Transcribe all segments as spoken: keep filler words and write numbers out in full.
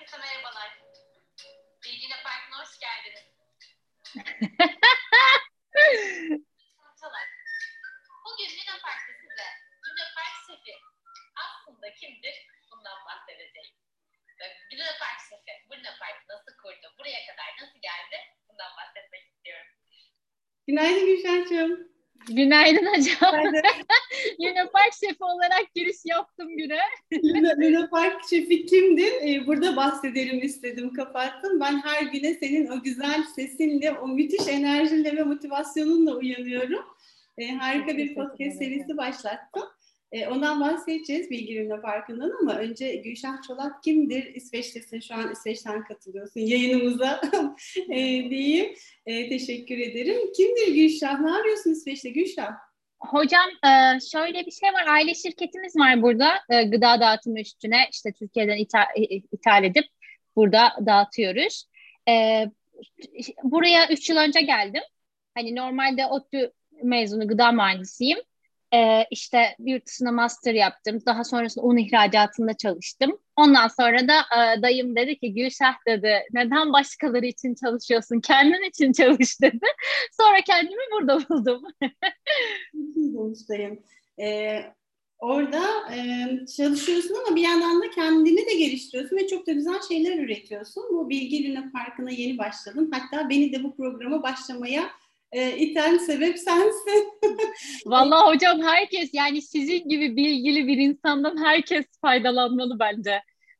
Herkese merhabalar. Bilgine Parkı'na hoş geldiniz. Bugün Luna Park'ta size Luna Park şefi aslında kimdir? Bundan bahsedeceğim. Luna Park şefi bu Luna Park'ı nasıl kurdu? Buraya kadar nasıl geldi? Bundan bahsetmek istiyorum. Günaydın Gülşah'cığım. Günaydın hocam. Luna Park şefi olarak giriş yaptım güne. Luna, Luna Park şefi kimdir? Ee, burada bahsedelim istedim, kapattım. Ben her güne senin o güzel sesinle, o müthiş enerjinle ve motivasyonunla uyanıyorum. Ee, harika bir podcast serisi başlattım. Ee, ondan bahsedeceğiz Bilgi Luna Parkı'ndan ama önce Gülşah Çolak kimdir? İsveç'tesin, şu an İsveç'ten katılıyorsun yayınımıza e, diyeyim. E, teşekkür ederim. Kimdir Gülşah? Ne yapıyorsun İsveç'te Gülşah? Hocam şöyle bir şey var. Aile şirketimiz var burada. Gıda dağıtımı üstüne işte Türkiye'den ithal, ithal edip burada dağıtıyoruz. Buraya üç yıl önce geldim. Hani normalde ODTÜ mezunu gıda mühendisiyim. Ee, işte yurt dışına master yaptım. Daha sonrasında un ihracatında çalıştım. Ondan sonra da e, dayım dedi ki Gülşah dedi neden başkaları için çalışıyorsun? Kendin için çalış dedi. Sonra kendimi burada buldum. İyi dayım. Ee, orada e, çalışıyorsun ama bir yandan da kendini de geliştiriyorsun ve çok da güzel şeyler üretiyorsun. Bu Bilgi Luna Parkı'na yeni başladım. Hatta beni de bu programa başlamaya E, iten sebep sensin. Vallahi hocam herkes yani sizin gibi bilgili bir insandan herkes faydalanmalı bence.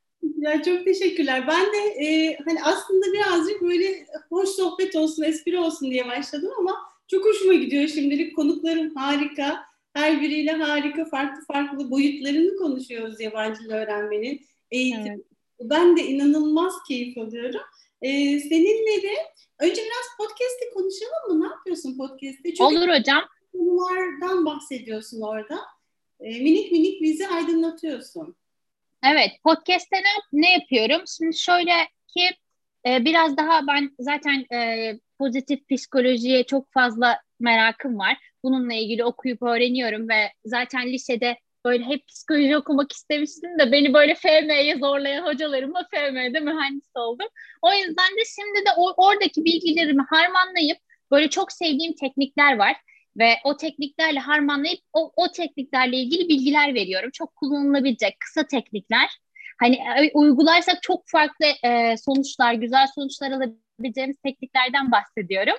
Ya çok teşekkürler. Ben de e, hani aslında birazcık böyle hoş sohbet olsun, espri olsun diye başladım ama çok hoşuma gidiyor şimdilik. Konuklarım harika. Her biriyle harika, farklı farklı boyutlarını konuşuyoruz yabancı dil öğrenmenin. Eğitim. Evet. Ben de inanılmaz keyif alıyorum. E, seninle de önce biraz podcast'te konuşalım mı? Ne yapıyorsun podcast'te? Çünkü olur hocam. Konulardan bahsediyorsun orada. E, minik minik bizi aydınlatıyorsun. Evet, podcast'te ne, ne yapıyorum? Şimdi şöyle ki e, biraz daha ben zaten e, pozitif psikolojiye çok fazla merakım var. Bununla ilgili okuyup öğreniyorum ve zaten lisede böyle hep psikoloji okumak istemiştim de beni böyle F M'ye zorlayan hocalarımla F M'de mühendis oldum. O yüzden de şimdi de o, oradaki bilgilerimi harmanlayıp böyle çok sevdiğim teknikler var. Ve o tekniklerle harmanlayıp o, o tekniklerle ilgili bilgiler veriyorum. Çok kullanılabilecek kısa teknikler. Hani e, uygularsak çok farklı e, sonuçlar, güzel sonuçlar alabileceğimiz tekniklerden bahsediyorum.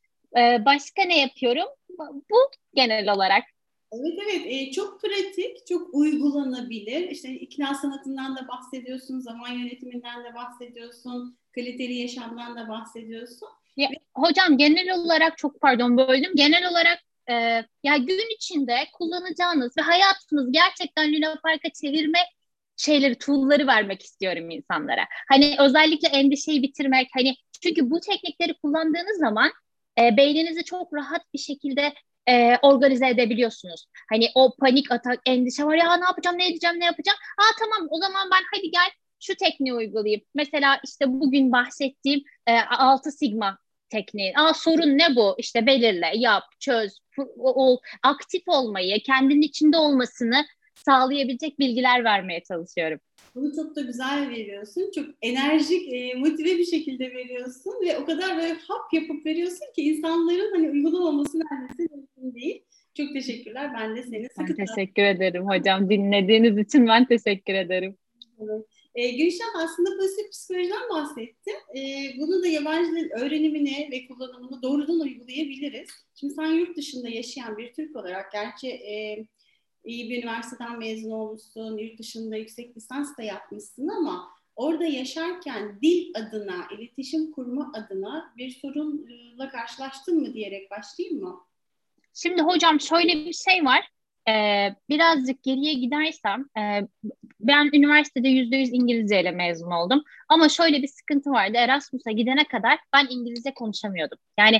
E, başka ne yapıyorum? Bu genel olarak. Evet evet e, çok pratik, çok uygulanabilir. İşte ikna sanatından da bahsediyorsun, zaman yönetiminden de bahsediyorsun, kaliteli yaşamdan da bahsediyorsun. Ya, hocam genel olarak çok pardon böldüm. Genel olarak e, ya gün içinde kullanacağınız ve hayatınız gerçekten Luna Park'a çevirme şeyleri, tool'ları vermek istiyorum insanlara. Hani özellikle endişeyi bitirmek. Hani çünkü bu teknikleri kullandığınız zaman e, beyninizi çok rahat bir şekilde e, organize edebiliyorsunuz. Hani o panik atak, endişe var ya ne yapacağım, ne edeceğim, ne yapacağım. Aa tamam o zaman ben hadi gel şu tekniği uygulayayım. Mesela işte bugün bahsettiğim e, altı sigma tekniği. Aa sorun ne bu? İşte belirle, yap, çöz, ol, aktif olmayı, kendinin içinde olmasını sağlayabilecek bilgiler vermeye çalışıyorum. Bunu çok da güzel veriyorsun. Çok enerjik, e, motive bir şekilde veriyorsun ve o kadar böyle hap yapıp veriyorsun ki insanların hani uygulamaması neredeyse mümkün değil. Çok teşekkürler. Ben de seni ben sıkı teşekkür ederim hocam. Dinlediğiniz için ben teşekkür ederim. Evet. E, Gülşah aslında pozitif psikolojiden bahsetti. E, bunu da yabancı dil öğrenimine ve kullanımını doğrudan uygulayabiliriz. Şimdi sen yurt dışında yaşayan bir Türk olarak gerçi e, iyi bir üniversiteden mezun olmuşsun, yurt dışında yüksek lisans da yapmışsın ama orada yaşarken dil adına, iletişim kurma adına bir sorunla karşılaştın mı diyerek başlayayım mı? Şimdi hocam şöyle bir şey var. Ee, birazcık geriye gidersem e, ben üniversitede yüzde yüz İngilizceyle mezun oldum. Ama şöyle bir sıkıntı vardı. Erasmus'a gidene kadar ben İngilizce konuşamıyordum. Yani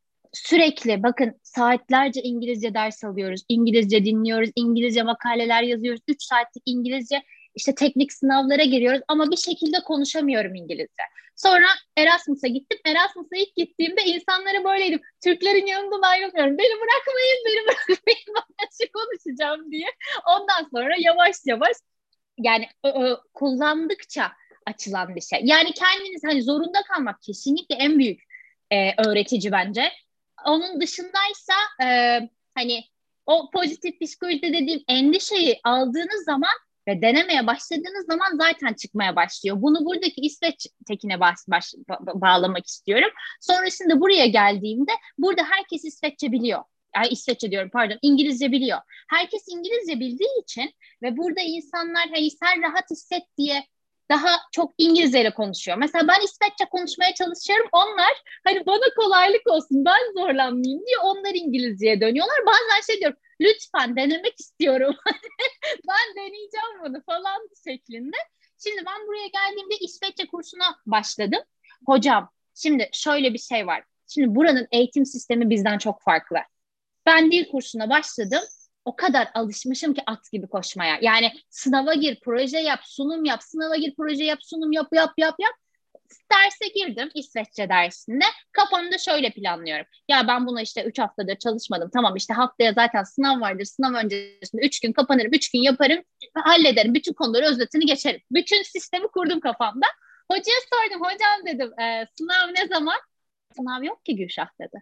sürekli bakın saatlerce İngilizce ders alıyoruz. İngilizce dinliyoruz. İngilizce makaleler yazıyoruz. Üç saatlik İngilizce işte teknik sınavlara giriyoruz. Ama bir şekilde konuşamıyorum İngilizce. Sonra Erasmus'a gittim. Erasmus'a ilk gittiğimde insanlara böyleydim. Türklerin yanından ayrılmıyorum. Beni bırakmayın, beni bırakmayın. Ben açık konuşacağım diye. Ondan sonra yavaş yavaş yani ö, ö, kullandıkça açılan bir şey. Yani kendiniz hani zorunda kalmak kesinlikle en büyük e, öğretici bence. Onun dışındaysa e, hani o pozitif psikolojide dediğim endişeyi aldığınız zaman ve denemeye başladığınız zaman zaten çıkmaya başlıyor. Bunu buradaki İsveç tekine baş, baş, ba- bağlamak istiyorum. Sonrasında buraya geldiğimde burada herkes İsveççe biliyor. Yani İsveççe diyorum pardon, İngilizce biliyor. Herkes İngilizce bildiği için ve burada insanlar hani sen rahat hisset diye daha çok İngilizceyle konuşuyor. Mesela ben İsveççe konuşmaya çalışıyorum. Onlar hani bana kolaylık olsun ben zorlanmayayım diye onlar İngilizceye dönüyorlar. Bazen şey diyorum, lütfen denemek istiyorum. Ben deneyeceğim bunu falan şeklinde. Şimdi ben buraya geldiğimde İsveççe kursuna başladım. Hocam şimdi şöyle bir şey var. Şimdi buranın eğitim sistemi bizden çok farklı. Ben dil kursuna başladım. O kadar alışmışım ki at gibi koşmaya. Yani sınava gir, proje yap, sunum yap, sınava gir, proje yap, sunum yap, yap, yap, yap. Derse girdim İsveççe dersinde. Kafamda şöyle planlıyorum. Ya ben buna işte üç haftadır çalışmadım. Tamam işte haftaya zaten sınav vardır. Sınav öncesinde üç gün kapanırım, üç gün yaparım, hallederim. Bütün konuları özetini geçerim. Bütün sistemi kurdum kafamda. Hocaya sordum. Hocam dedim e, sınav ne zaman? Sınav yok ki Gülşah dedi.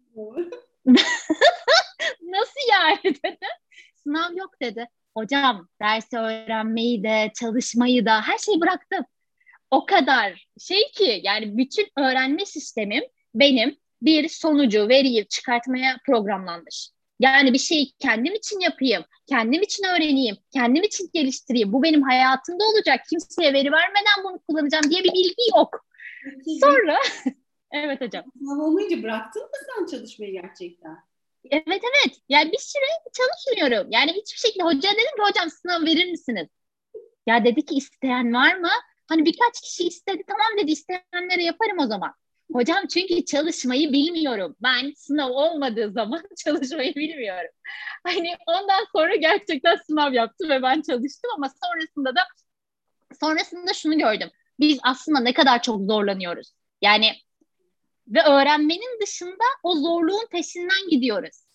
Nasıl yani dedi. Sınav yok dedi. Hocam dersi öğrenmeyi de çalışmayı da her şeyi bıraktım. O kadar şey ki yani bütün öğrenme sistemim benim bir sonucu, veriyi çıkartmaya programlanmış. Yani bir şeyi kendim için yapayım, kendim için öğreneyim, kendim için geliştireyim. Bu benim hayatımda olacak. Kimseye veri vermeden bunu kullanacağım diye bir bilgi yok. Sonra evet hocam. Sınav olmayınca bıraktın mı sen çalışmayı gerçekten? Evet evet. Yani bir süre çalışmıyorum. Yani hiçbir şekilde hoca dedim ki hocam sınav verir misiniz? Ya dedi ki isteyen var mı? Hani birkaç kişi istedi. Tamam dedi isteyenlere yaparım o zaman. Hocam çünkü çalışmayı bilmiyorum. Ben sınav olmadığı zaman çalışmayı bilmiyorum. Hani ondan sonra gerçekten sınav yaptım ve ben çalıştım ama sonrasında da sonrasında şunu gördüm. Biz aslında ne kadar çok zorlanıyoruz. Yani ve öğrenmenin dışında o zorluğun peşinden gidiyoruz.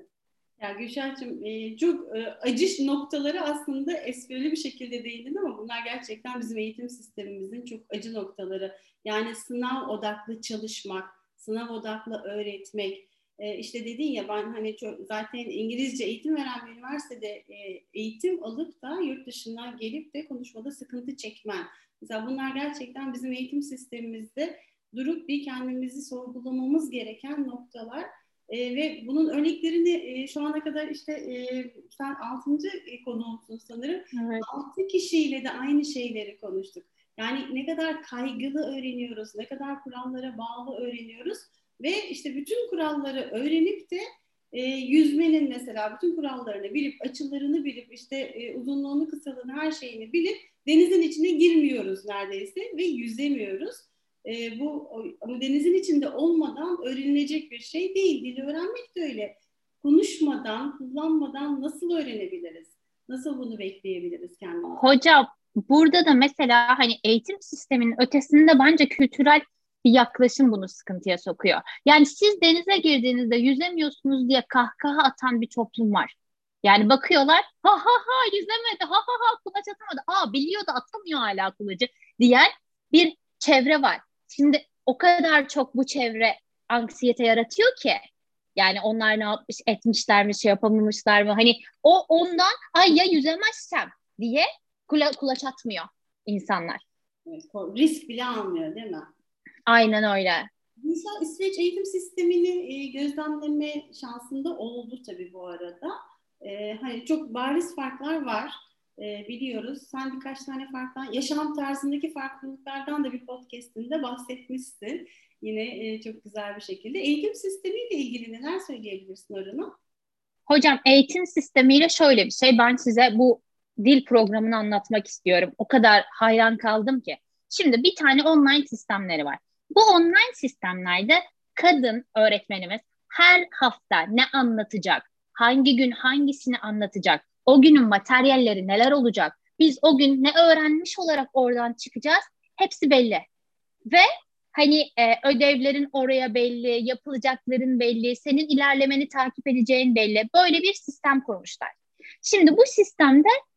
Ya Gülşah'cığım e, çok e, acı noktaları aslında esprili bir şekilde değindin ama bunlar gerçekten bizim eğitim sistemimizin çok acı noktaları. Yani sınav odaklı çalışmak, sınav odaklı öğretmek. E, işte dedin ya ben hani çok, zaten İngilizce eğitim veren bir üniversitede e, eğitim alıp da yurt dışından gelip de konuşmada sıkıntı çekmen. Mesela bunlar gerçekten bizim eğitim sistemimizde durup bir kendimizi sorgulamamız gereken noktalar. E, ve bunun örneklerini e, şu ana kadar işte e, sen altıncı konuğumsun sanırım. Evet. Altı kişiyle de aynı şeyleri konuştuk. Yani ne kadar kaygılı öğreniyoruz, ne kadar kurallara bağlı öğreniyoruz ve işte bütün kuralları öğrenip de e, yüzmenin mesela bütün kurallarını bilip, açılarını bilip, işte e, uzunluğunu, kısalığını, her şeyini bilip denizin içine girmiyoruz neredeyse ve yüzemiyoruz. E, bu ama denizin içinde olmadan öğrenilecek bir şey değil. Dili öğrenmek de öyle. Konuşmadan, kullanmadan nasıl öğrenebiliriz? Nasıl bunu bekleyebiliriz kendimize? Hocam burada da mesela hani eğitim sisteminin ötesinde bence kültürel bir yaklaşım bunu sıkıntıya sokuyor. Yani siz denize girdiğinizde yüzemiyorsunuz diye kahkaha atan bir toplum var. Yani bakıyorlar ha ha ha yüzemedi ha ha ha kulaç atamadı. Aa biliyor da atamıyor hala kulacı diyen bir çevre var. Şimdi o kadar çok bu çevre anksiyete yaratıyor ki. Yani onlar ne yapmış etmişler mi şey yapamamışlar mı? Hani o ondan ay ya yüzemezsem diye kula, kulaç atmıyor insanlar. Evet, risk bile almıyor değil mi? Aynen öyle. Mesela İsveç eğitim sistemini e, gözlemleme şansında oldu tabii bu arada. E, hani çok bariz farklar var e, biliyoruz. Sen birkaç tane farktan, yaşam tarzındaki farklılıklardan da bir podcast'inde bahsetmişsin. Yine e, çok güzel bir şekilde. Eğitim sistemiyle ilgili neler söyleyebilirsin Arına? Hocam eğitim sistemiyle şöyle bir şey. Ben size bu dil programını anlatmak istiyorum. O kadar hayran kaldım ki. Şimdi bir tane online sistemleri var. Bu online sistemlerde kadın öğretmenimiz her hafta ne anlatacak, hangi gün hangisini anlatacak, o günün materyalleri neler olacak, biz o gün ne öğrenmiş olarak oradan çıkacağız, hepsi belli. Ve hani e, ödevlerin oraya belli, yapılacakların belli, senin ilerlemeni takip edeceğin belli. Böyle bir sistem kurmuşlar. Şimdi bu sistemde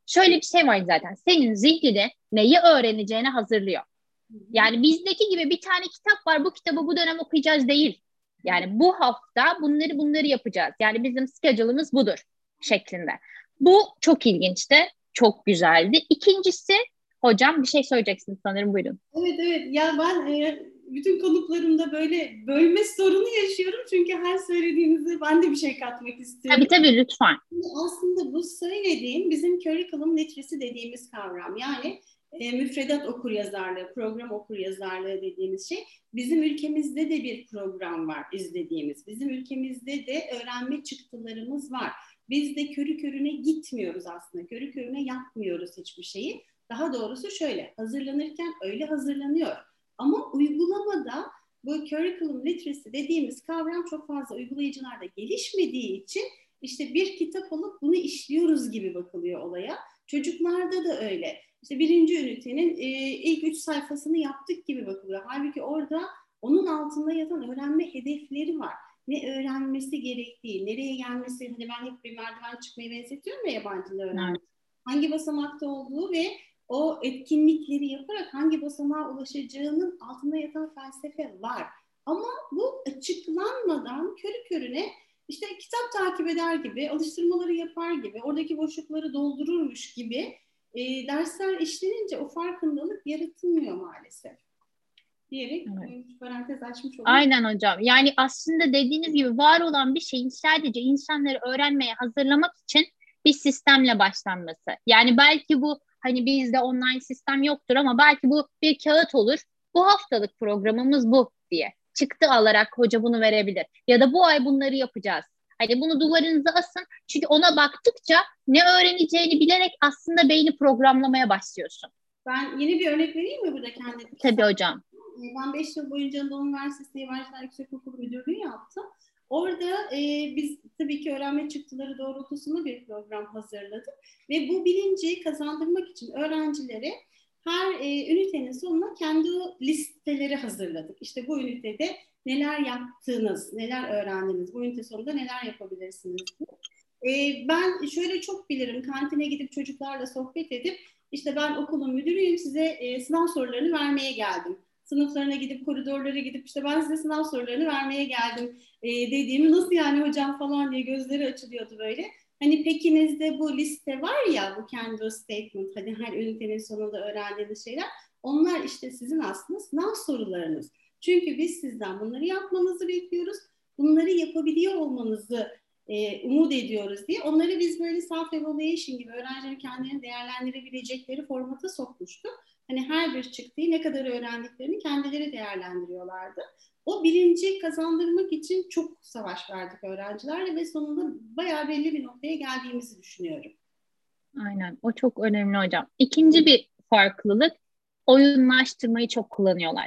şöyle bir şey var zaten. Senin zihnini neyi öğreneceğine hazırlıyor. Yani bizdeki gibi bir tane kitap var. Bu kitabı bu dönem okuyacağız değil. Yani bu hafta bunları bunları yapacağız. Yani bizim schedule'ımız budur şeklinde. Bu çok ilginçti. Çok güzeldi. İkincisi, hocam bir şey söyleyeceksin sanırım, buyurun. Evet evet ya ben e, bütün konuklarımda böyle bölme sorunu yaşıyorum. Çünkü her söylediğinizde ben de bir şey katmak istiyorum. Tabii tabii lütfen. Aslında bu söylediğim bizim curriculum literacy dediğimiz kavram. Yani e, müfredat okuryazarlığı, program okuryazarlığı dediğimiz şey. Bizim ülkemizde de bir program var izlediğimiz. Bizim ülkemizde de öğrenme çıktılarımız var. Biz de körü körüne gitmiyoruz aslında. Körü körüne yapmıyoruz hiçbir şeyi. Daha doğrusu şöyle, hazırlanırken öyle hazırlanıyor. Ama uygulamada bu curriculum literacy dediğimiz kavram çok fazla uygulayıcılarda gelişmediği için işte bir kitap alıp bunu işliyoruz gibi bakılıyor olaya. Çocuklarda da öyle. İşte birinci ünitenin e, ilk üç sayfasını yaptık gibi bakılıyor. Halbuki orada onun altında yatan öğrenme hedefleri var. Ne öğrenmesi gerektiği, nereye gelmesi, hani ben hep bir merdiven çıkmayı benzetiyorum ya yabancı öğrenme. Hangi basamakta olduğu ve o etkinlikleri yaparak hangi basamağa ulaşacağının altında yatan felsefe var. Ama bu açıklanmadan körü körüne işte kitap takip eder gibi, alıştırmaları yapar gibi, oradaki boşlukları doldururmuş gibi e, dersler işlenince o farkındalık yaratılmıyor maalesef. Diyerek evet. Parantez açmış oldum. Aynen hocam. Yani aslında dediğiniz gibi var olan bir şeyin sadece insanları öğrenmeye hazırlamak için bir sistemle başlanması. Yani belki bu hani bizde online sistem yoktur ama belki bu bir kağıt olur. Bu haftalık programımız bu diye. Çıktı alarak hoca bunu verebilir. Ya da bu ay bunları yapacağız. Hani bunu duvarınıza asın. Çünkü ona baktıkça ne öğreneceğini bilerek aslında beyni programlamaya başlıyorsun. Ben yeni bir örnek vereyim mi burada kendi? Tabii hocam. Ben beş yıl boyunca Anadolu Üniversitesi Yabancılar Yüksekokulu Müdürlüğü yaptım. Orada e, biz tabii ki öğrenme çıktıları doğrultusunda bir program hazırladık. Ve bu bilinci kazandırmak için öğrencilere her e, ünitenin sonuna kendi listeleri hazırladık. İşte bu ünitede neler yaptınız, neler öğrendiniz, bu ünite sonunda neler yapabilirsiniz. E, ben şöyle çok bilirim, kantine gidip çocuklarla sohbet edip işte ben okulun müdürüyüm, size e, sınav sorularını vermeye geldim. Sınıflarına gidip, koridorlara gidip işte ben size sınav sorularını vermeye geldim e, dediğimi nasıl yani hocam falan diye gözleri açılıyordu böyle. Hani pekinizde bu liste var ya, bu candle statement, hani her ünitenin sonunda öğrendiğiniz şeyler, onlar işte sizin aslında sınav sorularınız. Çünkü biz sizden bunları yapmanızı bekliyoruz, bunları yapabiliyor olmanızı e, umut ediyoruz diye. Onları biz böyle self-evaluation gibi öğrencilerin kendilerini değerlendirebilecekleri formata sokmuştuk. Hani her bir çıktığı ne kadar öğrendiklerini kendileri değerlendiriyorlardı. O bilinci kazandırmak için çok savaş verdik öğrencilerle ve sonunda bayağı belli bir noktaya geldiğimizi düşünüyorum. Aynen, o çok önemli hocam. İkinci bir farklılık, oyunlaştırmayı çok kullanıyorlar.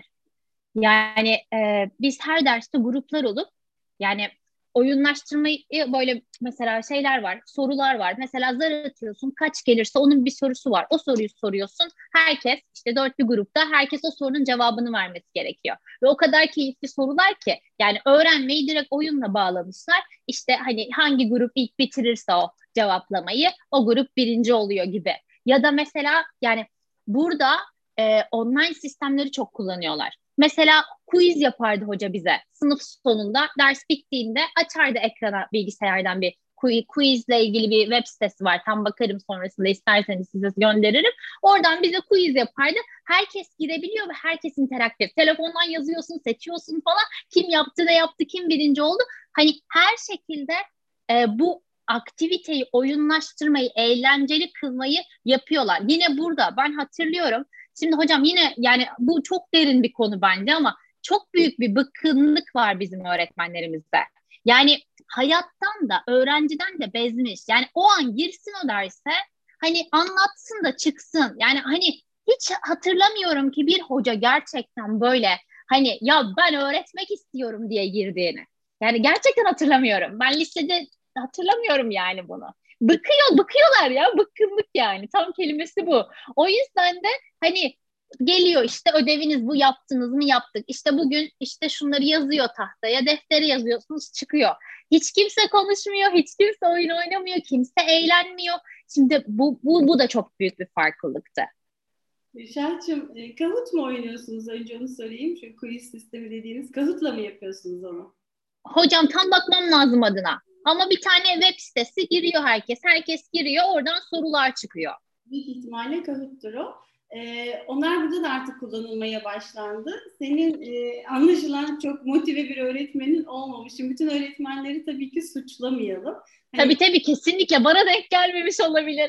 Yani e, biz her derste gruplar olup yani oyunlaştırmayı böyle mesela şeyler var, sorular var. Mesela zar atıyorsun, kaç gelirse onun bir sorusu var. O soruyu soruyorsun. Herkes işte dört bir grupta herkes o sorunun cevabını vermesi gerekiyor. Ve o kadar keyifli sorular ki yani öğrenmeyi direkt oyunla bağlamışlar. İşte hani hangi grup ilk bitirirse o cevaplamayı o grup birinci oluyor gibi. Ya da mesela yani burada e, online sistemleri çok kullanıyorlar. Mesela quiz yapardı hoca bize sınıf sonunda, ders bittiğinde açardı ekrana bilgisayardan bir quizle ilgili bir web sitesi var. Tam bakarım sonrasında, isterseniz size gönderirim. Oradan bize quiz yapardı. Herkes girebiliyor ve herkes interaktif. Telefondan yazıyorsun, seçiyorsun falan. Kim yaptı, ne yaptı, kim birinci oldu. Hani her şekilde e, bu aktiviteyi oyunlaştırmayı, eğlenceli kılmayı yapıyorlar. Yine burada ben hatırlıyorum. Şimdi hocam yine yani bu çok derin bir konu bence ama çok büyük bir bıkkınlık var bizim öğretmenlerimizde. Yani hayattan da öğrenciden de bezmiş. Yani o an girsin o derse hani anlatsın da çıksın. Yani hani hiç hatırlamıyorum ki bir hoca gerçekten böyle hani ya ben öğretmek istiyorum diye girdiğini. Yani gerçekten hatırlamıyorum. Ben lisede hatırlamıyorum yani bunu. Bıkıyor, bıkıyorlar ya, bıkkınlık yani. Tam kelimesi bu. O yüzden de hani Geliyor işte ödeviniz bu, yaptınız mı? Yaptık. İşte bugün işte şunları yazıyor tahtaya, deftere yazıyorsunuz, çıkıyor. Hiç kimse konuşmuyor, hiç kimse oyun oynamıyor, kimse eğlenmiyor. Şimdi bu, bu, bu da çok büyük bir farklılıktı. Şahçım, e, Kahoot mu oynuyorsunuz? Önce onu sorayım. Şu quiz sistemi dediğiniz Kahoot'la mı yapıyorsunuz onu? Hocam tam bakmam lazım adına. Ama bir tane web sitesi, giriyor herkes. Herkes giriyor, oradan sorular çıkıyor. Büyük ihtimalle Kahoot'tur o. Ee, onlar burada da artık kullanılmaya başlandı. Senin e, anlaşılan çok motive bir öğretmenin olmamış. Şimdi bütün öğretmenleri tabii ki suçlamayalım. Hani, Tabii tabii, kesinlikle bana denk gelmemiş olabilir.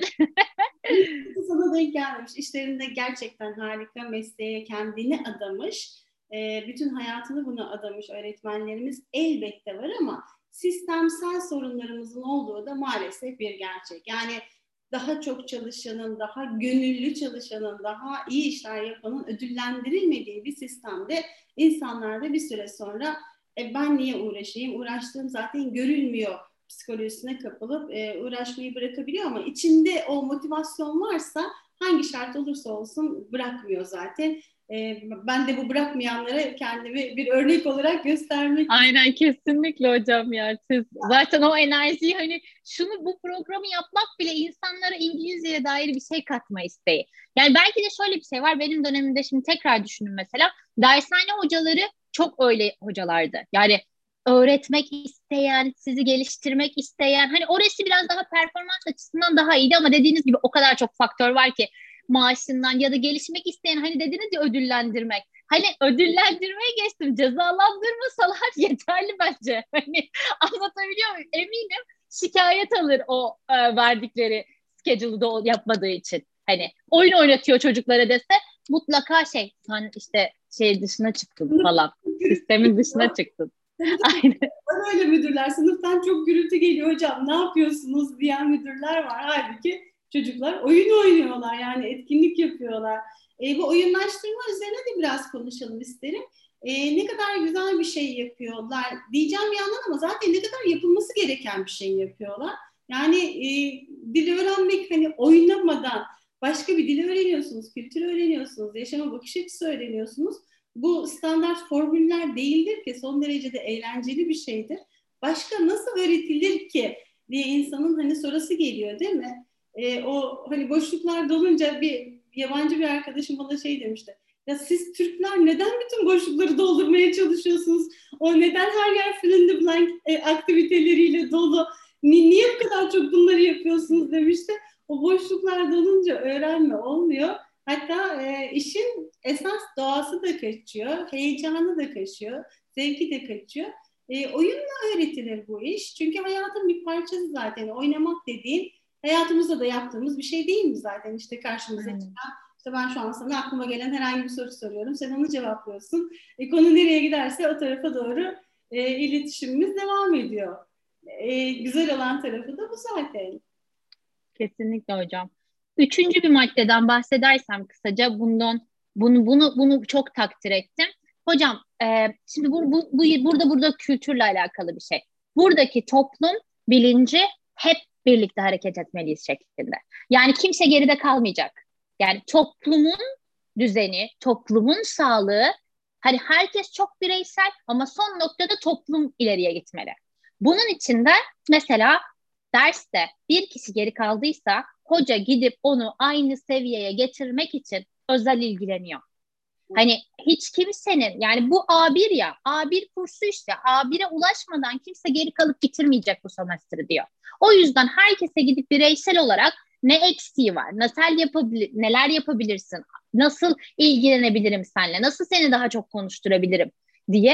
sana denk gelmemiş. İşlerinde gerçekten harika, mesleğe kendini adamış. E, bütün hayatını buna adamış öğretmenlerimiz elbette var ama sistemsel sorunlarımızın olduğu da maalesef bir gerçek. Yani daha çok çalışanın, daha gönüllü çalışanın, daha iyi işler yapanın ödüllendirilmediği bir sistemde insanlar da bir süre sonra e, ben niye uğraşayım, uğraştığım zaten görülmüyor psikolojisine kapılıp e, uğraşmayı bırakabiliyor ama içinde o motivasyon varsa hangi şart olursa olsun bırakmıyor zaten. E, ben de bu bırakmayanlara kendimi bir örnek olarak göstermek Aynen, kesinlikle hocam ya. Siz zaten o enerjiyi, hani şunu, bu programı yapmak bile insanlara İngilizceye dair bir şey katma isteği. Yani belki de şöyle bir şey var. Benim dönemimde, şimdi tekrar düşünün mesela, dershane hocaları çok öyle hocalardı. Yani öğretmek isteyen, sizi geliştirmek isteyen, hani orası biraz daha performans açısından daha iyiydi ama dediğiniz gibi o kadar çok faktör var ki, maaşından ya da gelişmek isteyen, hani dediniz ya, ödüllendirmek. Hani ödüllendirmeye geçtim. Cezalandırmasalar yeterli bence. Hani anlatabiliyor muyum? Eminim şikayet alır o e, verdikleri schedule'da o yapmadığı için. Hani oyun oynatıyor çocuklara dese mutlaka şey, sen işte şey dışına çıktın falan. Sistemin dışına çıktın. Aynen. Bana öyle müdürler, sınıftan çok gürültü geliyor hocam ne yapıyorsunuz diyen müdürler var. Halbuki çocuklar oyun oynuyorlar, yani etkinlik yapıyorlar. E, bu oyunlaştırma üzerine de biraz konuşalım isterim. E, ne kadar güzel bir şey yapıyorlar diyeceğim bir yandan ama zaten ne kadar yapılması gereken bir şey yapıyorlar. Yani e, dil öğrenmek, hani oynamadan başka bir dil öğreniyorsunuz, kültür öğreniyorsunuz, yaşama bakış açısı öğreniyorsunuz. Bu standart formüller değildir ki, son derecede eğlenceli bir şeydir. Başka nasıl öğretilir ki diye insanın hani sorusu geliyor değil mi? E, o hani boşluklar dolunca bir yabancı bir arkadaşım bana şey demişti. Ya siz Türkler neden bütün boşlukları doldurmaya çalışıyorsunuz? O neden her yer fill in the blank e, aktiviteleriyle dolu? Ni, niye bu kadar çok bunları yapıyorsunuz demişti. O boşluklar dolunca öğrenme olmuyor. Hatta e, işin esas doğası da kaçıyor, heyecanı da kaçıyor, zevki de kaçıyor. E, oyunla öğretilir bu iş. Çünkü hayatın bir parçası zaten. Oynamak dediğin hayatımızda da yaptığımız bir şey değil mi zaten? İşte karşımıza çıkan, işte ben şu an sana aklıma gelen herhangi bir soru soruyorum. Sen onu cevaplıyorsun. E, konu nereye giderse o tarafa doğru e, iletişimimiz devam ediyor. E, güzel olan tarafı da bu zaten. Kesinlikle hocam. Üçüncü bir maddeden bahsedersem kısaca, bundan bunu bunu bunu çok takdir ettim. Hocam e, şimdi bu, bu, bu burada burada kültürle alakalı bir şey. Buradaki toplum bilinci, hep birlikte hareket etmeliyiz şeklinde. Yani kimse geride kalmayacak. Yani toplumun düzeni, toplumun sağlığı, hani herkes çok bireysel ama son noktada toplum ileriye gitmeli. Bunun için de mesela derste bir kişi geri kaldıysa hoca gidip onu aynı seviyeye getirmek için özel ilgileniyor. Hani hiç kimsenin, yani bu A bir ya, A bir kursu işte, A bire ulaşmadan kimse geri kalıp bitirmeyecek bu semestri diyor. O yüzden herkese gidip bireysel olarak ne eksiği var, nasıl yapabilir, neler yapabilirsin, nasıl ilgilenebilirim seninle, nasıl seni daha çok konuşturabilirim diye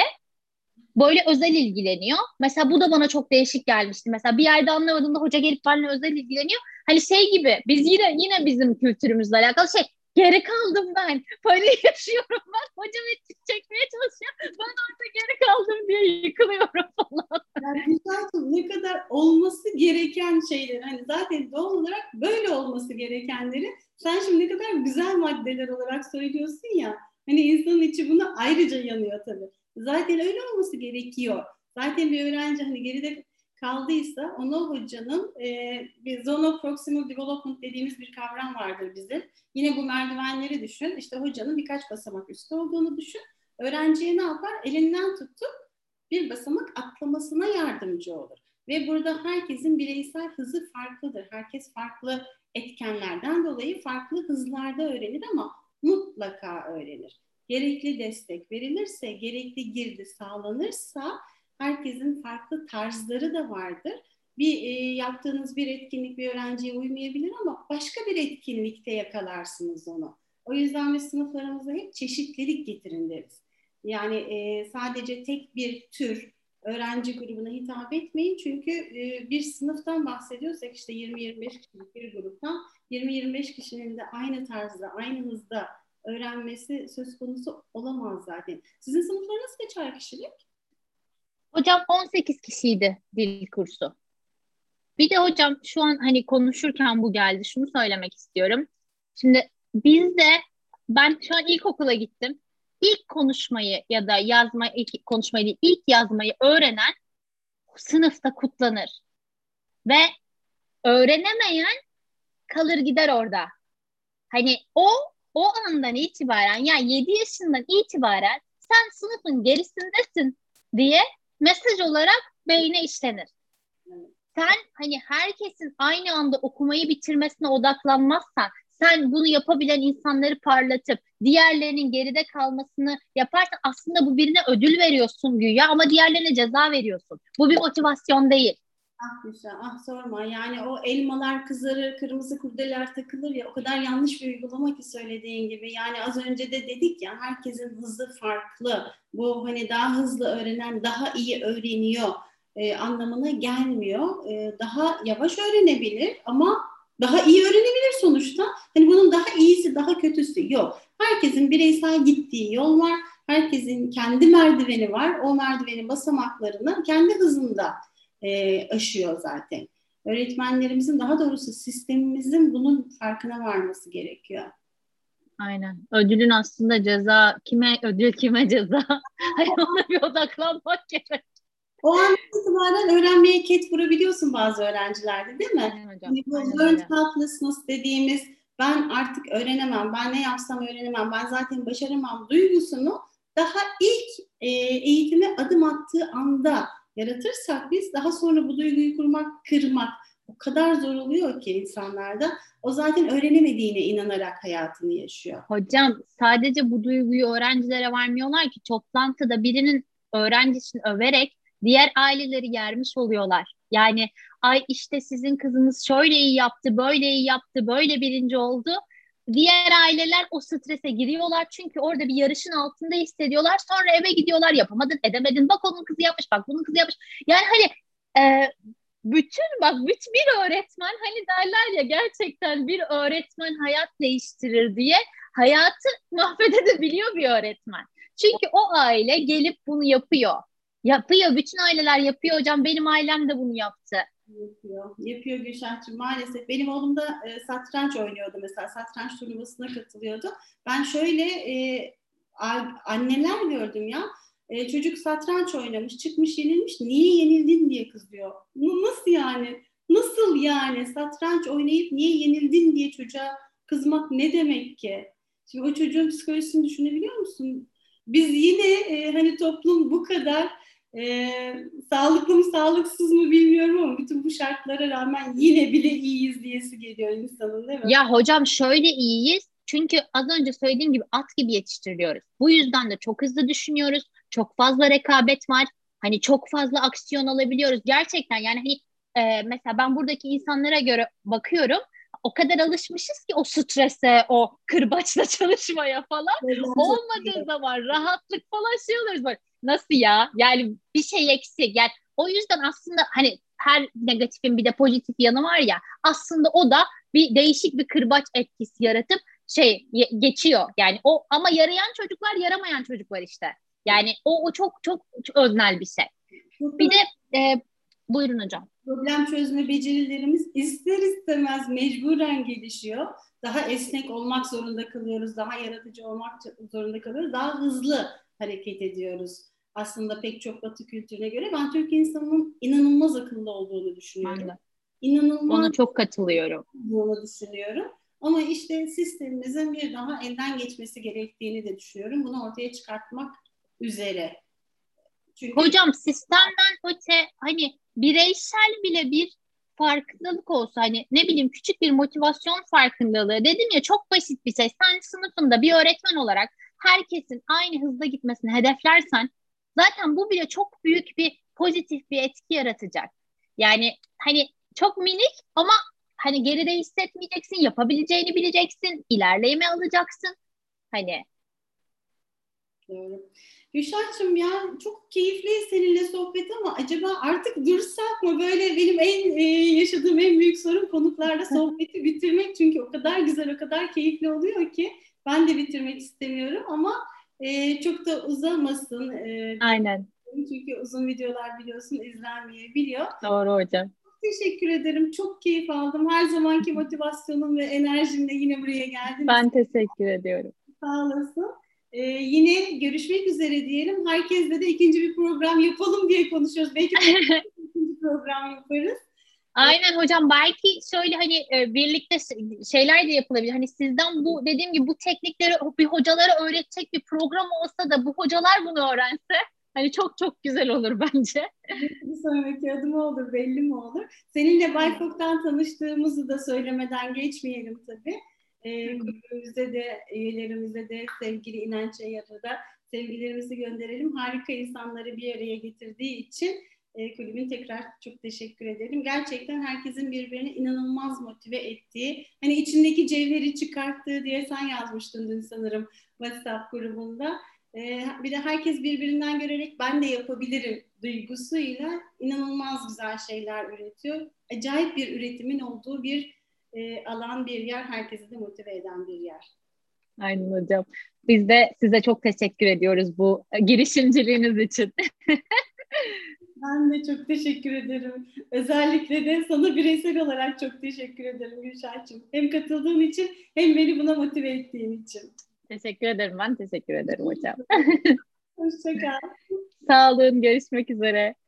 böyle özel ilgileniyor. Mesela bu da bana çok değişik gelmişti. Mesela bir yerde anlamadığımda hoca gelip benimle özel ilgileniyor. Hani şey gibi, biz yine yine bizim kültürümüzle alakalı şey, geri kaldım ben. Panik yaşıyorum ben. Hocam ettik çekmeye çalışıyor. Ben orada geri kaldım diye yıkılıyorum falan. Yani güzel, ne kadar olması gereken şeyler, hani zaten doğal olarak böyle olması gerekenleri sen şimdi ne kadar güzel maddeler olarak söylüyorsun ya, hani insanın içi buna ayrıca yanıyor tabii. Zaten öyle olması gerekiyor. Zaten bir öğrenci hani geride kaldıysa onu hocanın e, bir zone of proximal development dediğimiz bir kavram vardır bizim. Yine bu merdivenleri düşün. İşte hocanın birkaç basamak üstte olduğunu düşün. Öğrenciye ne yapar? Elinden tutup bir basamak atlamasına yardımcı olur. Ve burada herkesin bireysel hızı farklıdır. Herkes farklı etkenlerden dolayı farklı hızlarda öğrenir ama mutlaka öğrenir. Gerekli destek verilirse, gerekli girdi sağlanırsa herkesin farklı tarzları da vardır. Bir e, yaptığınız bir etkinlik bir öğrenciye uymayabilir ama başka bir etkinlikte yakalarsınız onu. O yüzden biz sınıflarımıza hep çeşitlilik getirin deriz. Yani e, sadece tek bir tür öğrenci grubuna hitap etmeyin. Çünkü e, bir sınıftan bahsediyorsak işte yirmi yirmi beş kişilik bir gruptan yirmi yirmi beş kişinin de aynı tarzda, aynı hızda öğrenmesi söz konusu olamaz zaten. Sizin sınıflarınız kaçar kişilik? Hocam on sekiz kişiydi dil kursu. Bir de hocam şu an hani konuşurken bu geldi. Şunu söylemek istiyorum. Şimdi bizde ben şu an ilkokula gittim. İlk konuşmayı ya da yazmayı, ilk konuşmayı değil, ilk yazmayı öğrenen sınıfta kutlanır. Ve öğrenemeyen kalır gider orada. Hani o o andan itibaren yani yedi yaşından itibaren sen sınıfın gerisindesin diye mesaj olarak beyne işlenir. Sen hani herkesin aynı anda okumayı bitirmesine odaklanmazsan, sen bunu yapabilen insanları parlatıp diğerlerinin geride kalmasını yaparsan aslında bu birine ödül veriyorsun güya ama diğerlerine ceza veriyorsun. Bu bir motivasyon değil. Ah Gülşah, ah sorma. Yani o elmalar kızarır, kırmızı kurdeler takılır ya, o kadar yanlış bir uygulama ki söylediğin gibi. Yani az önce de dedik ya, herkesin hızı farklı. Bu hani daha hızlı öğrenen daha iyi öğreniyor e, anlamına gelmiyor. E, daha yavaş öğrenebilir ama daha iyi öğrenebilir sonuçta. Hani bunun daha iyisi, daha kötüsü yok. Herkesin bireysel gittiği yol var. Herkesin kendi merdiveni var. O merdivenin basamaklarını kendi hızında E, aşıyor zaten. Öğretmenlerimizin, daha doğrusu sistemimizin bunun farkına varması gerekiyor. Aynen. Ödülün aslında ceza, kime ödül kime ceza. Hani ona bir odaklanmak gerek. O an itibaren öğrenmeye ket vurabiliyorsun bazı öğrencilerde, değil mi? Aynen hocam. Bu Aynen learned öyle. helplessness dediğimiz, ben artık öğrenemem, ben ne yapsam öğrenemem, ben zaten başaramam duygusunu daha ilk e, eğitime adım attığı anda yaratırsak biz, daha sonra bu duyguyu kurmak, kırmak o kadar zor oluyor ki insanlarda. O zaten öğrenemediğine inanarak hayatını yaşıyor. Hocam sadece bu duyguyu öğrencilere vermiyorlar ki, toplantıda birinin öğrencisini överek diğer aileleri yermiş oluyorlar. Yani ay işte sizin kızınız şöyle iyi yaptı, böyle iyi yaptı, böyle birinci oldu. Diğer aileler o strese giriyorlar çünkü orada bir yarışın altında hissediyorlar. Sonra eve gidiyorlar, yapamadın, edemedin, bak onun kızı yapmış, bak bunun kızı yapmış. Yani hani e, bütün bak bütün bir öğretmen, hani derler ya, gerçekten bir öğretmen hayat değiştirir diye, hayatı mahvedebiliyor bir öğretmen. Çünkü o aile gelip bunu yapıyor. Yapıyor. Bütün aileler yapıyor hocam. Benim ailem de bunu yaptı. Yapıyor. Yapıyor Gülşah'cığım maalesef. Benim oğlum da e, satranç oynuyordu mesela. Satranç turnuvasına katılıyordu. Ben şöyle e, anneler gördüm ya. E, çocuk satranç oynamış, çıkmış yenilmiş. Niye yenildin diye kızıyor. Nasıl yani? Nasıl yani? Satranç oynayıp niye yenildin diye çocuğa kızmak ne demek ki? Şimdi o çocuğun psikolojisini düşünebiliyor musun? Biz yine e, hani toplum bu kadar e, sağlıklı mı sağlıksız mı bilmiyorum ama bütün bu şartlara rağmen yine bile iyiyiz diyesi geliyor insanın, değil mi? Ya hocam şöyle iyiyiz. Çünkü az önce söylediğim gibi at gibi yetiştiriliyoruz. Bu yüzden de çok hızlı düşünüyoruz. Çok fazla rekabet var. Hani çok fazla aksiyon alabiliyoruz. Gerçekten yani hani e, mesela ben buradaki insanlara göre bakıyorum. O kadar alışmışız ki o strese, o kırbaçla çalışmaya falan. Olmadığı zaman rahatlık falan şey oluyoruz böyle. Nasıl ya? Yani bir şey eksik. Yani o yüzden aslında hani her negatifin bir de pozitif yanı var ya. Aslında o da bir değişik bir kırbaç etkisi yaratıp şey geçiyor. Yani o, ama yarayan çocuklar, yaramayan çocuklar işte. Yani o, o çok çok çok öznel bir şey. Bir de e, buyurun hocam. Problem çözme becerilerimiz ister istemez mecburen gelişiyor. Daha esnek olmak zorunda kalıyoruz, daha yaratıcı olmak zorunda kalıyoruz, daha hızlı hareket ediyoruz. aslında pek çok Batı kültürüne göre. Ben Türk insanının inanılmaz akıllı olduğunu düşünüyorum. Ben de. İnanılmaz Ona çok katılıyorum. olduğunu düşünüyorum. Ama işte sistemimizin bir daha elden geçmesi gerektiğini de düşünüyorum. Bunu ortaya çıkartmak üzere. Çünkü Hocam sistemden öte hani bireysel bile bir farkındalık olsa hani ne bileyim küçük bir motivasyon farkındalığı dedim ya çok basit bir şey. Sen sınıfında bir öğretmen olarak herkesin aynı hızda gitmesini hedeflersen zaten bu bile çok büyük bir pozitif bir etki yaratacak. Yani hani çok minik ama hani geride hissetmeyeceksin, yapabileceğini bileceksin, ilerleme alacaksın. Hani Doğru. Gülşah'cığım ya çok keyifli seninle sohbet ama acaba artık dursak mı? Böyle benim en e, yaşadığım en büyük sorun konuklarla sohbeti bitirmek. Çünkü o kadar güzel, o kadar keyifli oluyor ki ben de bitirmek istemiyorum ama e, çok da uzamasın. E, aynen. Çünkü uzun videolar biliyorsun izlenmeyebiliyor. Doğru hocam. Teşekkür ederim. Çok keyif aldım. Her zamanki motivasyonum ve enerjimle yine buraya geldin. Ben teşekkür ediyorum. Sağ olasın. Ee, yine görüşmek üzere diyelim. Herkesle de ikinci bir program yapalım diye konuşuyoruz. Belki ikinci program yaparız. Aynen hocam belki şöyle hani e, birlikte şeyler de yapılabilir. Hani sizden bu dediğim gibi bu teknikleri bir hocalara öğretecek bir program olsa da bu hocalar bunu öğrense hani çok çok güzel olur bence. Bir sonraki adım olur, belli mi olur? Seninle Bayfok'tan tanıştığımızı da söylemeden geçmeyelim tabii. Ee, kulübümüzde de, üyelerimize de sevgili İnanç Ayar'a da sevgilerimizi gönderelim. Harika insanları bir araya getirdiği için e, kulübün tekrar çok teşekkür ederim. Gerçekten herkesin birbirini inanılmaz motive ettiği, hani içindeki cevheri çıkarttığı diye sen yazmıştın dün sanırım WhatsApp grubunda. Ee, bir de herkes birbirinden görerek ben de yapabilirim duygusuyla inanılmaz güzel şeyler üretiyor. Acayip bir üretimin olduğu bir e, alan, bir yer, herkesi de motive eden bir yer. Aynen hocam. Biz de size çok teşekkür ediyoruz bu girişimciliğiniz için. Ben de çok teşekkür ederim. Özellikle de sana bireysel olarak çok teşekkür ederim Gülşah'cığım. Hem katıldığın için hem beni buna motive ettiğin için. Teşekkür ederim. Ben teşekkür ederim hocam. Hoşça kal. Sağ olun. Görüşmek üzere.